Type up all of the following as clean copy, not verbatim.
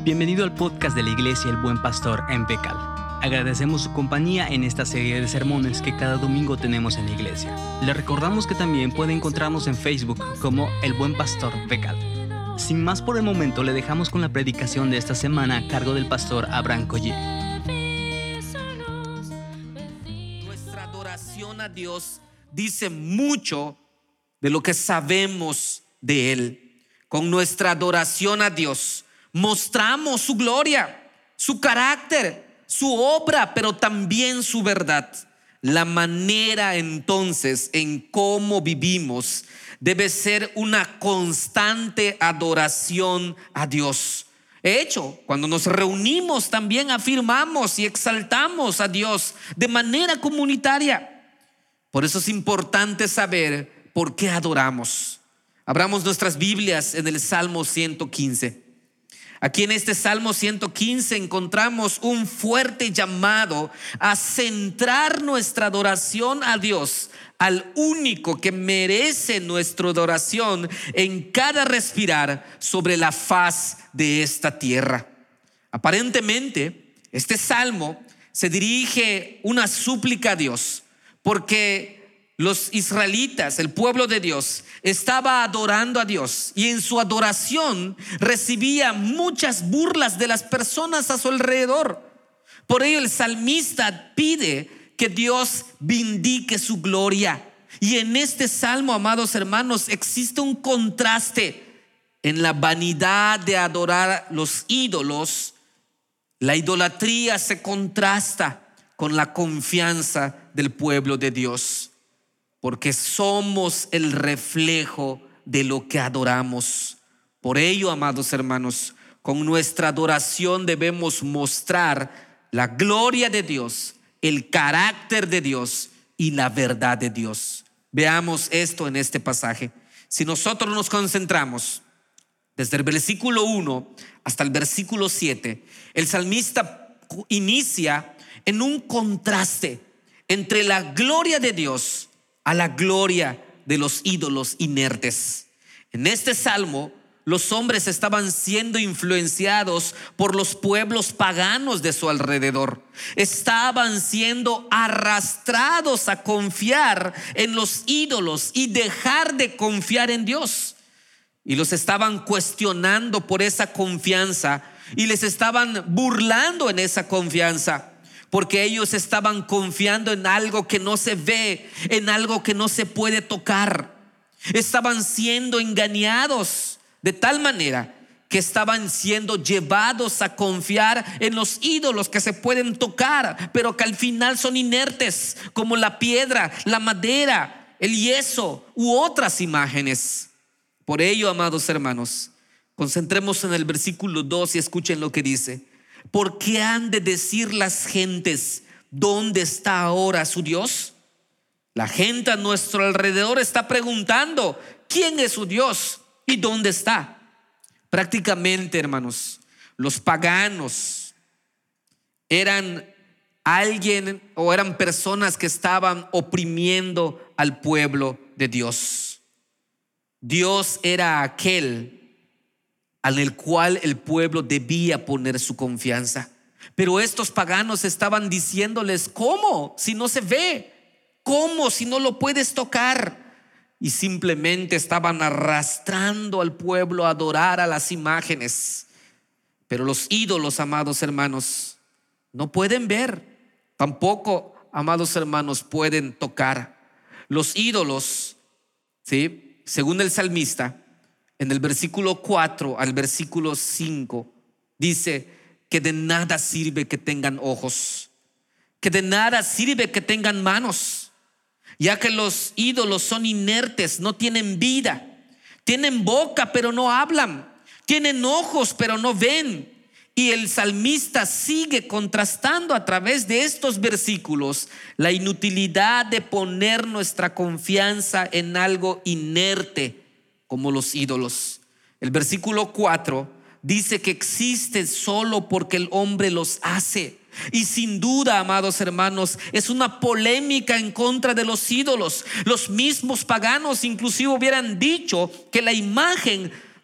Bienvenido al podcast de la Iglesia El Buen Pastor en Becal. Agradecemos su compañía en esta serie de sermones que cada domingo tenemos en la iglesia. Le recordamos que también puede encontrarnos en Facebook como El Buen Pastor Becal. Sin más por el momento, le dejamos con la predicación de esta semana a cargo del pastor Abraham Collie. Nuestra adoración a Dios dice mucho de lo que sabemos de Él. Con nuestra adoración a Dios mostramos su gloria, su carácter, su obra, pero también su verdad. La manera entonces en cómo vivimos debe ser una constante adoración a Dios. De hecho, cuando nos reunimos también afirmamos y exaltamos a Dios de manera comunitaria. Por eso es importante saber por qué adoramos. Abramos nuestras Biblias en el Salmo 115. Aquí en este Salmo 115 encontramos un fuerte llamado a centrar nuestra adoración a Dios, al único que merece nuestra adoración en cada respirar sobre la faz de esta tierra. Aparentemente, este Salmo se dirige una súplica a Dios, porque los israelitas, el pueblo de Dios, estaba adorando a Dios y en su adoración recibía muchas burlas de las personas a su alrededor. Por ello el salmista pide que Dios vindique su gloria. Y en este salmo, amados hermanos, existe un contraste en la vanidad de adorar los ídolos. La idolatría se contrasta con la confianza del pueblo de Dios, porque somos el reflejo de lo que adoramos. Por ello, amados hermanos, con nuestra adoración debemos mostrar la gloria de Dios, el carácter de Dios y la verdad de Dios. Veamos esto en este pasaje. Si nosotros nos concentramos desde el versículo 1 hasta el versículo 7, el salmista inicia en un contraste entre la gloria de Dios a la gloria de los ídolos inertes. En este salmo, los hombres estaban siendo influenciados por los pueblos paganos de su alrededor. Estaban siendo arrastrados a confiar en los ídolos y dejar de confiar en Dios. Y los estaban cuestionando por esa confianza y les estaban burlando en esa confianza, porque ellos estaban confiando en algo que no se ve, en algo que no se puede tocar. Estaban siendo engañados de tal manera que estaban siendo llevados a confiar en los ídolos que se pueden tocar, pero que al final son inertes, como la piedra, la madera, el yeso u otras imágenes. Por ello, amados hermanos, concentremos en el versículo 2 y escuchen lo que dice. ¿Por qué han de decir las gentes, ¿dónde está ahora su Dios? La gente a nuestro alrededor está preguntando, ¿quién es su Dios y dónde está? Prácticamente, hermanos, los paganos eran alguien o eran personas que estaban oprimiendo al pueblo de Dios. Dios era aquel en el cual el pueblo debía poner su confianza. Pero estos paganos estaban diciéndoles, ¿cómo? Si no se ve, ¿cómo? Si no lo puedes tocar. Y simplemente estaban arrastrando al pueblo a adorar a las imágenes. Pero los ídolos, amados hermanos, no pueden ver. Tampoco, amados hermanos, pueden tocar. Los ídolos, ¿sí? Según el salmista, en el versículo 4 al versículo 5 dice que de nada sirve que tengan ojos, que de nada sirve que tengan manos, ya que los ídolos son inertes, no tienen vida. Tienen boca pero no hablan, tienen ojos pero no ven. Y el salmista sigue contrastando a través de estos versículos la inutilidad de poner nuestra confianza en algo inerte como los ídolos. El versículo 4 dice que existen solo porque el hombre los hace. Y sin duda, amados hermanos, es una polémica en contra de los ídolos. Los mismos paganos inclusive hubieran dicho que la imagen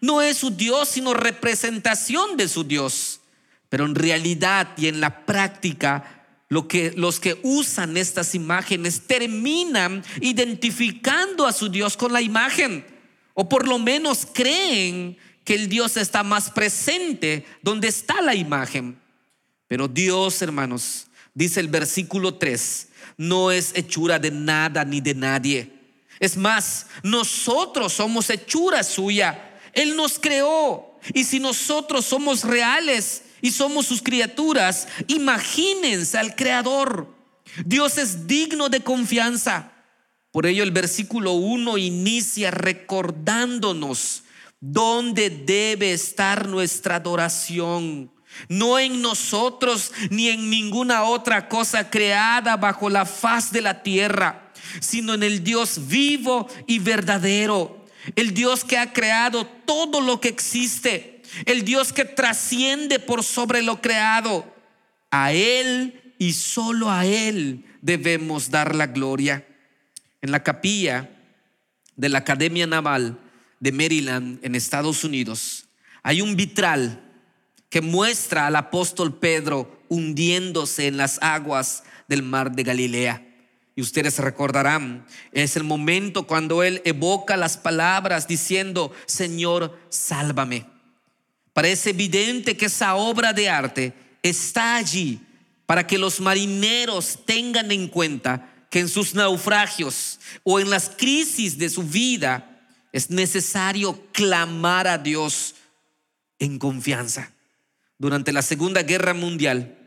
no es su Dios, sino representación de su Dios. Pero en realidad y en la práctica, los que usan estas imágenes terminan identificando a su Dios con la imagen, o por lo menos creen que el Dios está más presente donde está la imagen. Pero Dios, hermanos, dice el versículo 3, no es hechura de nada ni de nadie. Es más, nosotros somos hechura suya. Él nos creó, y si nosotros somos reales y somos sus criaturas, imagínense al Creador. Dios es digno de confianza. Por ello el versículo 1 inicia recordándonos dónde debe estar nuestra adoración. No en nosotros ni en ninguna otra cosa creada bajo la faz de la tierra, sino en el Dios vivo y verdadero, el Dios que ha creado todo lo que existe, el Dios que trasciende por sobre lo creado. A Él y solo a Él debemos dar la gloria. En la capilla de la Academia Naval de Maryland, en Estados Unidos, hay un vitral que muestra al apóstol Pedro hundiéndose en las aguas del mar de Galilea. Y ustedes recordarán, es el momento cuando él evoca las palabras diciendo: Señor, sálvame. Parece evidente que esa obra de arte está allí para que los marineros tengan en cuenta que en sus naufragios o en las crisis de su vida es necesario clamar a Dios en confianza. Durante la Segunda Guerra Mundial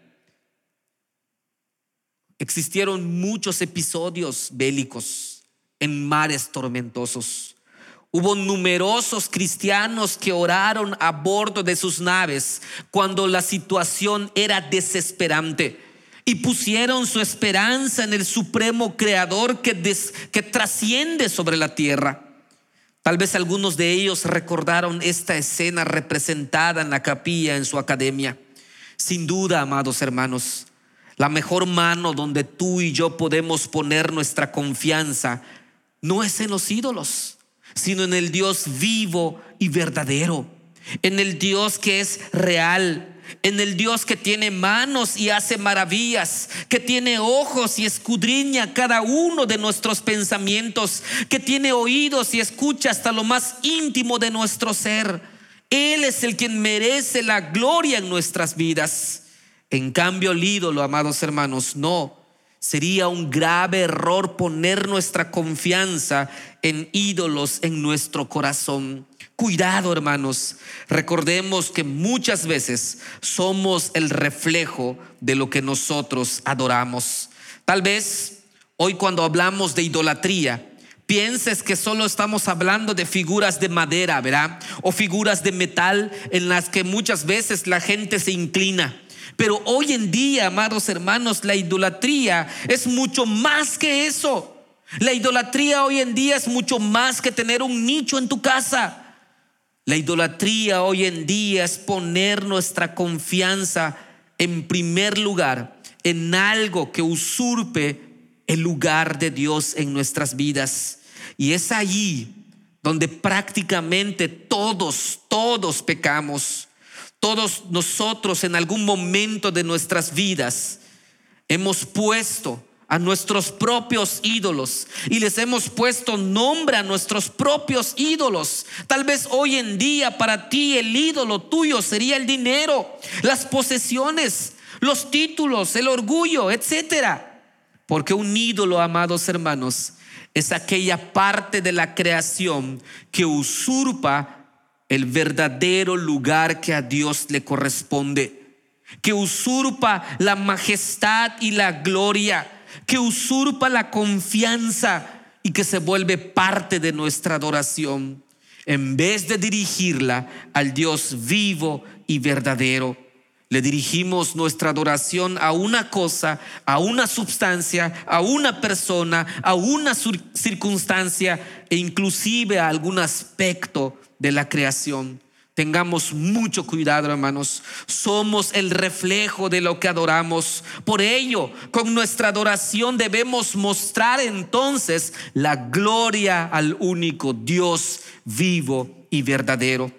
existieron muchos episodios bélicos en mares tormentosos. Hubo numerosos cristianos que oraron a bordo de sus naves cuando la situación era desesperante y pusieron su esperanza en el supremo creador que trasciende sobre la tierra. Tal vez algunos de ellos recordaron esta escena representada en la capilla en su academia. Sin duda, amados hermanos, la mejor mano donde tú y yo podemos poner nuestra confianza no es en los ídolos, sino en el Dios vivo y verdadero, en el Dios que es real, en el Dios que tiene manos y hace maravillas, que tiene ojos y escudriña cada uno de nuestros pensamientos, que tiene oídos y escucha hasta lo más íntimo de nuestro ser. Él es el quien merece la gloria en nuestras vidas. En cambio, el ídolo, amados hermanos, no. Sería un grave error poner nuestra confianza en ídolos en nuestro corazón. Cuidado, hermanos. Recordemos que muchas veces somos el reflejo de lo que nosotros adoramos. Tal vez hoy, cuando hablamos de idolatría, pienses que solo estamos hablando de figuras de madera, ¿verdad? O figuras de metal en las que muchas veces la gente se inclina. Pero hoy en día, amados hermanos, la idolatría es mucho más que eso. La idolatría hoy en día es mucho más que tener un nicho en tu casa. La idolatría hoy en día es poner nuestra confianza en primer lugar en algo que usurpe el lugar de Dios en nuestras vidas. Y es allí donde prácticamente todos pecamos. Todos nosotros en algún momento de nuestras vidas hemos puesto a nuestros propios ídolos y les hemos puesto nombre a nuestros propios ídolos. Tal vez hoy en día para ti el ídolo tuyo sería el dinero, las posesiones, los títulos, el orgullo, etcétera. Porque un ídolo, amados hermanos, es aquella parte de la creación que usurpa el verdadero lugar que a Dios le corresponde, que usurpa la majestad y la gloria, que usurpa la confianza y que se vuelve parte de nuestra adoración, en vez de dirigirla al Dios vivo y verdadero. Le dirigimos nuestra adoración a una cosa, a una substancia, a una persona, a una circunstancia e inclusive a algún aspecto de la creación. Tengamos mucho cuidado, hermanos. Somos el reflejo de lo que adoramos. Por ello, con nuestra adoración debemos mostrar entonces la gloria al único Dios vivo y verdadero.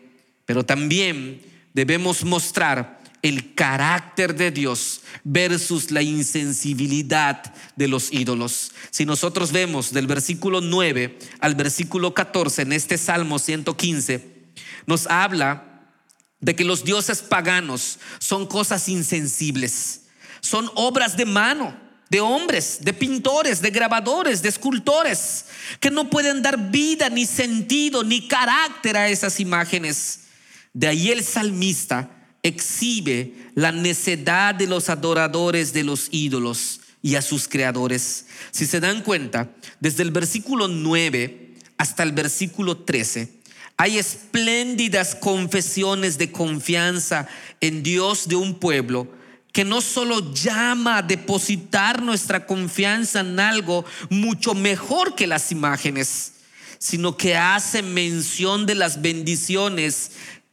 pero también debemos mostrar el carácter de Dios versus la insensibilidad de los ídolos. Si nosotros vemos del versículo 9 al versículo 14 en este Salmo 115, nos habla de que los dioses paganos son cosas insensibles, son obras de mano, de hombres, de pintores, de grabadores, de escultores, que no pueden dar vida, ni sentido, ni carácter a esas imágenes. De ahí el salmista exhibe la necedad de los adoradores de los ídolos y a sus creadores. Si se dan cuenta, desde el versículo 9 hasta el versículo 13 hay espléndidas confesiones de confianza en Dios de un pueblo que no solo llama a depositar nuestra confianza en algo mucho mejor que las imágenes, sino que hace mención de las bendiciones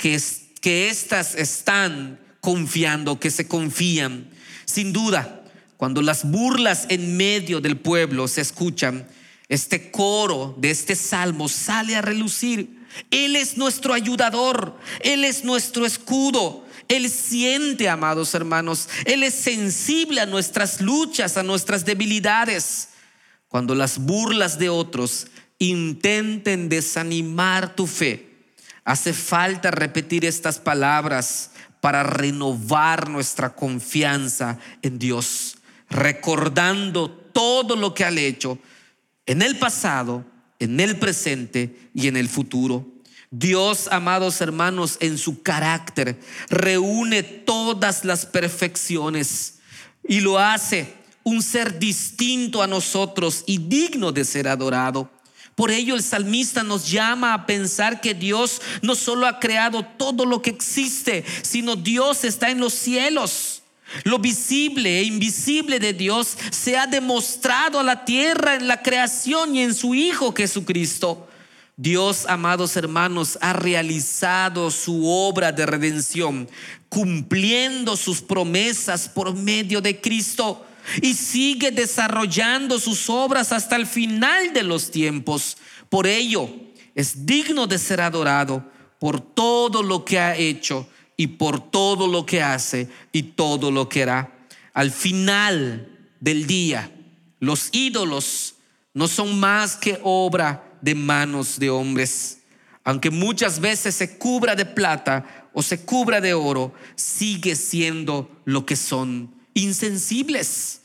que éstas están confiando, que se confían. Sin duda, cuando las burlas en medio del pueblo se escuchan, este coro de este salmo sale a relucir. Él es nuestro ayudador, Él es nuestro escudo. Él siente, amados hermanos, Él es sensible a nuestras luchas, a nuestras debilidades. Cuando las burlas de otros intenten desanimar tu fe, hace falta repetir estas palabras para renovar nuestra confianza en Dios, recordando todo lo que ha hecho en el pasado, en el presente y en el futuro. Dios, amados hermanos, en su carácter reúne todas las perfecciones y lo hace un ser distinto a nosotros y digno de ser adorado. Por ello el salmista nos llama a pensar que Dios no solo ha creado todo lo que existe, sino Dios está en los cielos. Lo visible e invisible de Dios se ha demostrado a la tierra en la creación y en su Hijo Jesucristo. Dios, amados hermanos, ha realizado su obra de redención, cumpliendo sus promesas por medio de Cristo, y sigue desarrollando sus obras hasta el final de los tiempos. Por ello es digno de ser adorado por todo lo que ha hecho y por todo lo que hace y todo lo que hará. Al final del día, los ídolos no son más que obra de manos de hombres. Aunque muchas veces se cubra de plata o se cubra de oro, sigue siendo lo que son: insensibles.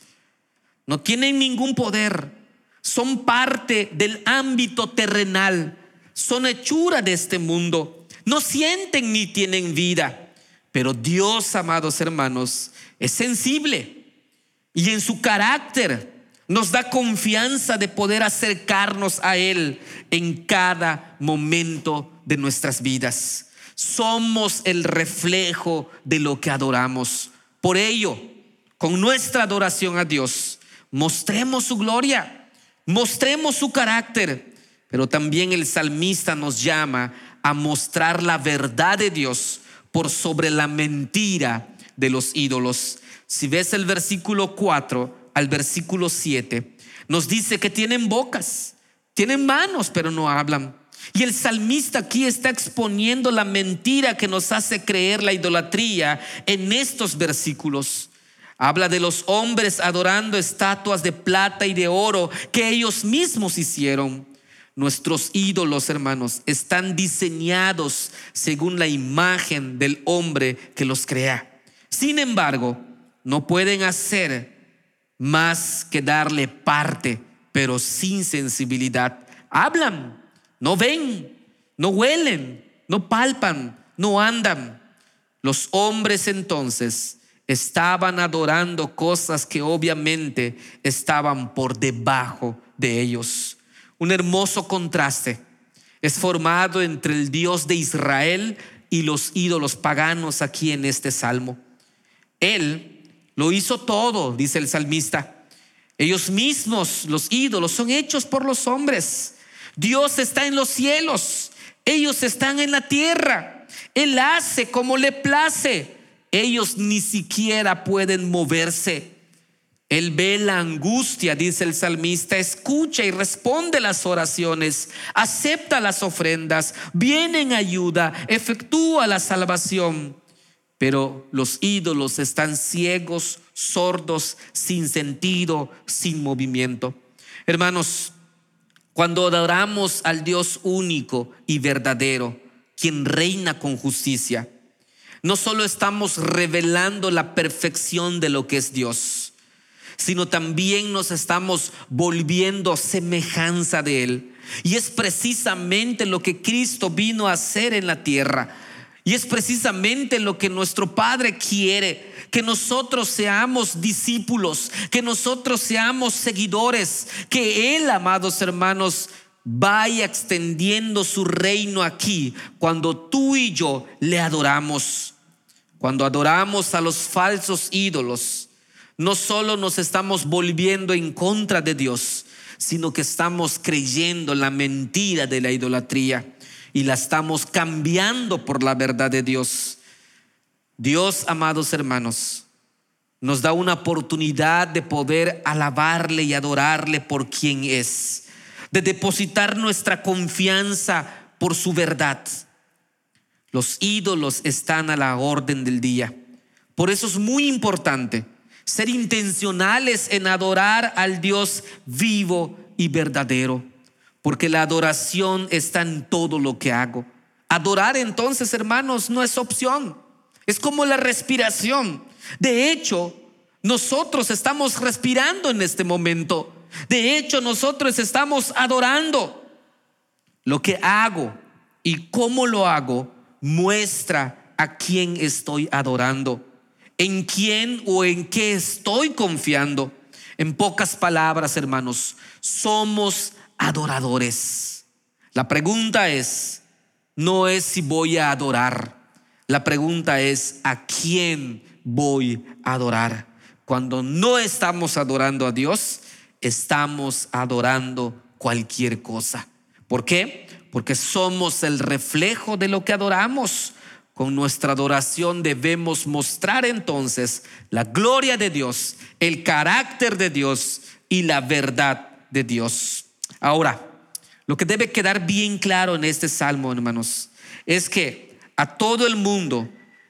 No tienen ningún poder, son parte del ámbito terrenal, son hechura de este mundo, no sienten ni tienen vida. Pero Dios, amados hermanos, es sensible y en su carácter nos da confianza de poder acercarnos a Él en cada momento de nuestras vidas. Somos el reflejo de lo que adoramos. Por ello, con nuestra adoración a Dios, mostremos su gloria, mostremos su carácter. Pero también el salmista nos llama a mostrar la verdad de Dios por sobre la mentira de los ídolos. Si ves el versículo 4 al versículo 7, nos dice que tienen bocas, tienen manos, pero no hablan. Y el salmista aquí está exponiendo la mentira que nos hace creer la idolatría en estos versículos. Habla de los hombres adorando estatuas de plata y de oro que ellos mismos hicieron. Nuestros ídolos, hermanos, están diseñados según la imagen del hombre que los crea. Sin embargo, no pueden hacer más que darle parte, pero sin sensibilidad. Hablan, no ven, no huelen, no palpan, no andan. Los hombres entonces estaban adorando cosas que obviamente estaban por debajo de ellos. Un hermoso contraste es formado entre el Dios de Israel y los ídolos paganos aquí en este salmo. Él lo hizo todo, dice el salmista. Ellos mismos, los ídolos, son hechos por los hombres. Dios está en los cielos, ellos están en la tierra. Él hace como le place. Ellos ni siquiera pueden moverse. Él ve la angustia, dice el salmista, escucha y responde las oraciones, acepta las ofrendas, viene en ayuda, efectúa la salvación. Pero los ídolos están ciegos, sordos, sin sentido, sin movimiento. Hermanos, cuando adoramos al Dios único y verdadero, quien reina con justicia, no solo estamos revelando la perfección de lo que es Dios, sino también nos estamos volviendo semejanza de Él. Y es precisamente lo que Cristo vino a hacer en la tierra. Y es precisamente lo que nuestro Padre quiere, que nosotros seamos discípulos, que nosotros seamos seguidores, que Él, amados hermanos, vaya extendiendo su reino aquí cuando tú y yo le adoramos. Cuando adoramos a los falsos ídolos, no solo nos estamos volviendo en contra de Dios, sino que estamos creyendo en la mentira de la idolatría y la estamos cambiando por la verdad de Dios. Dios, amados hermanos, nos da una oportunidad de poder alabarle y adorarle por quien es, de depositar nuestra confianza por su verdad. Los ídolos están a la orden del día. Por eso es muy importante ser intencionales en adorar al Dios vivo y verdadero, porque la adoración está en todo lo que hago. Adorar, entonces, hermanos, no es opción, es como la respiración. De hecho, nosotros estamos respirando en este momento. De hecho, nosotros estamos adorando. Lo que hago y cómo lo hago muestra a quién estoy adorando, en quién o en qué estoy confiando. En pocas palabras, hermanos, somos adoradores. La pregunta no es si voy a adorar. La pregunta es a quién voy a adorar. Cuando no estamos adorando a Dios, estamos adorando cualquier cosa. ¿Por qué? Porque somos el reflejo de lo que adoramos. Con nuestra adoración debemos mostrar entonces la gloria de Dios, el carácter de Dios y la verdad de Dios. Ahora, lo que debe quedar bien claro en este salmo, hermanos, es que a todo el mundo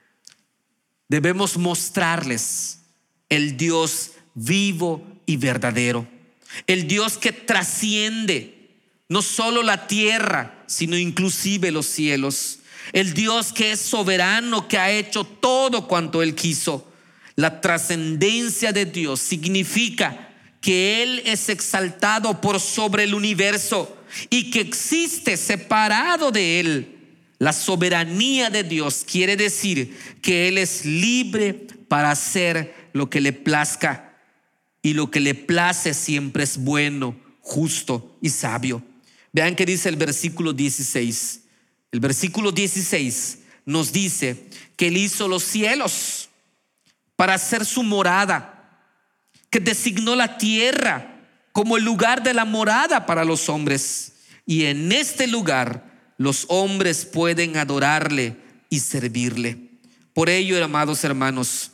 debemos mostrarles el Dios vivo y verdadero, el Dios que trasciende no solo la tierra, sino inclusive los cielos. El Dios que es soberano, que ha hecho todo cuanto Él quiso. La trascendencia de Dios significa que Él es exaltado por sobre el universo y que existe separado de Él. La soberanía de Dios quiere decir que Él es libre para hacer lo que le plazca, y lo que le place siempre es bueno, justo y sabio. Vean que dice el versículo 16. El versículo 16 nos dice que Él hizo los cielos para hacer su morada, que designó la tierra como el lugar de la morada para los hombres, y en este lugar los hombres pueden adorarle y servirle. Por ello, amados hermanos,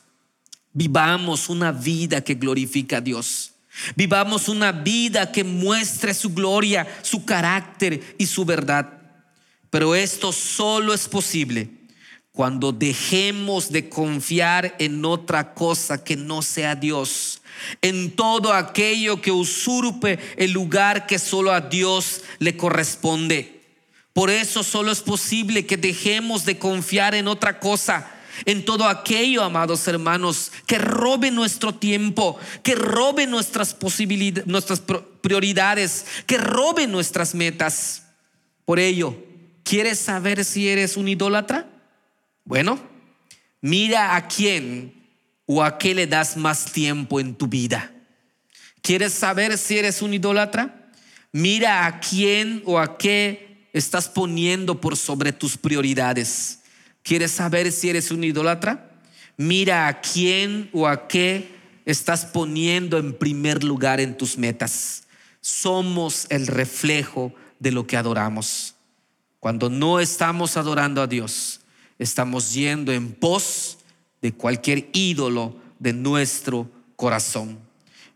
vivamos una vida que glorifica a Dios. Vivamos una vida que muestre su gloria, su carácter y su verdad. Pero esto solo es posible cuando dejemos de confiar en otra cosa que no sea Dios, en todo aquello que usurpe el lugar que solo a Dios le corresponde. Por eso solo es posible que dejemos de confiar en otra cosa, en todo aquello, amados hermanos, que robe nuestro tiempo, que robe nuestras posibilidades, nuestras prioridades, que robe nuestras metas. Por ello, ¿quieres saber si eres un idólatra? Bueno, mira a quién o a qué le das más tiempo en tu vida. ¿Quieres saber si eres un idólatra? Mira a quién o a qué estás poniendo por sobre tus prioridades. ¿Quieres saber si eres un idólatra? Mira a quién o a qué estás poniendo en primer lugar en tus metas. Somos el reflejo de lo que adoramos. Cuando no estamos adorando a Dios, estamos yendo en pos de cualquier ídolo de nuestro corazón.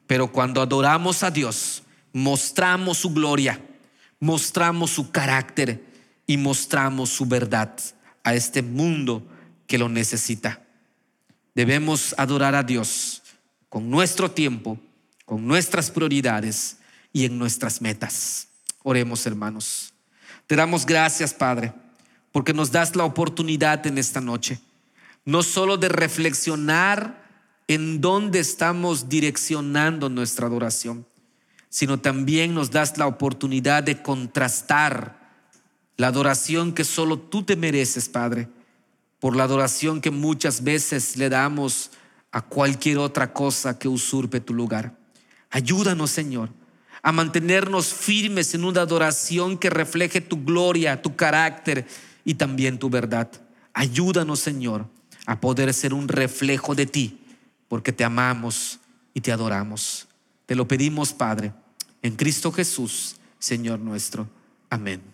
Pero cuando adoramos a Dios, mostramos su gloria, mostramos su carácter y mostramos su verdad a este mundo que lo necesita. Debemos adorar a Dios con nuestro tiempo, con nuestras prioridades y en nuestras metas. Oremos, hermanos. Te damos gracias, Padre, porque nos das la oportunidad en esta noche, no solo de reflexionar en dónde estamos direccionando nuestra adoración, sino también nos das la oportunidad de contrastar la adoración que solo tú te mereces, Padre, por la adoración que muchas veces le damos a cualquier otra cosa que usurpe tu lugar. Ayúdanos, Señor, a mantenernos firmes en una adoración que refleje tu gloria, tu carácter y también tu verdad. Ayúdanos, Señor, a poder ser un reflejo de ti, porque te amamos y te adoramos. Te lo pedimos, Padre, en Cristo Jesús, Señor nuestro. Amén.